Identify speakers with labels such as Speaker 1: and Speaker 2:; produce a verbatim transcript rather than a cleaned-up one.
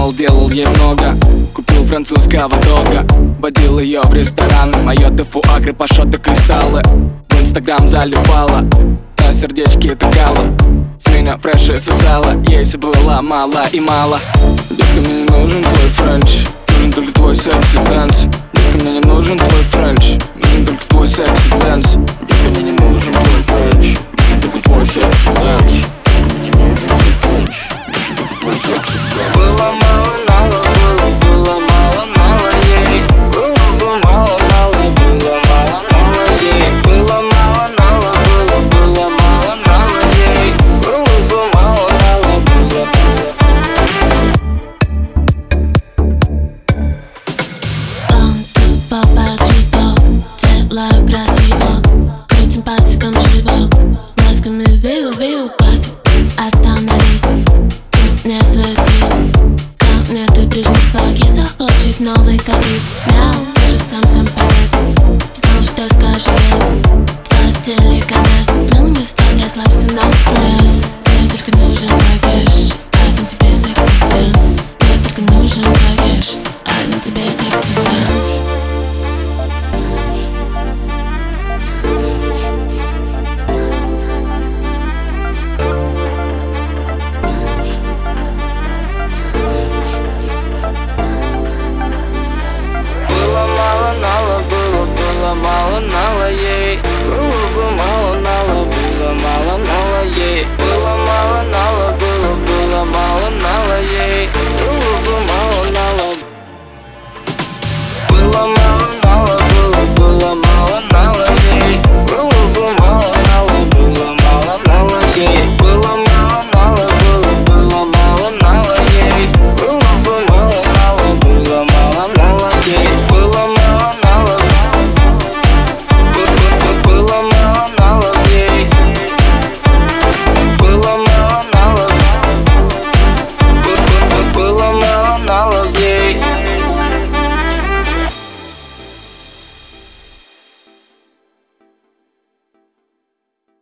Speaker 1: думал, делал ей много. Купил французского дога, водил ее в рестораны. Мое дефу агры, пашоты, кристаллы. В инстаграм залипала, на сердечке тыкала. С меня фреши сосала, ей все было мало и мало. Детка, мне не нужен твой френч, нужен только твой секси дэнс. Детка, мне не нужен твой френч, нужен только твой секси дэнс. Детка, мне не нужен твой френч, нужен только твой секси дэнс. Мне не нужен твой френч, нужен только твой секси дэнс. Было мало, мало, было, было мало, мало ей. Было бы мало, мало, было мало, мало ей. Было мало, мало, было, было мало, мало ей. Было бы мало, мало, было.
Speaker 2: Попа криво, делаю красиво, крутим пальчиком живо, глазками вею, вею пати. Остановись, ты не светись, ко мне ты прижмись, твоя киса хочет новый каприз. Мяу, я же сам сам полез, знал, что скажу yes. Твой деликатес, мил не стать, расслабься, no stress. Мне только нужен твой кэш.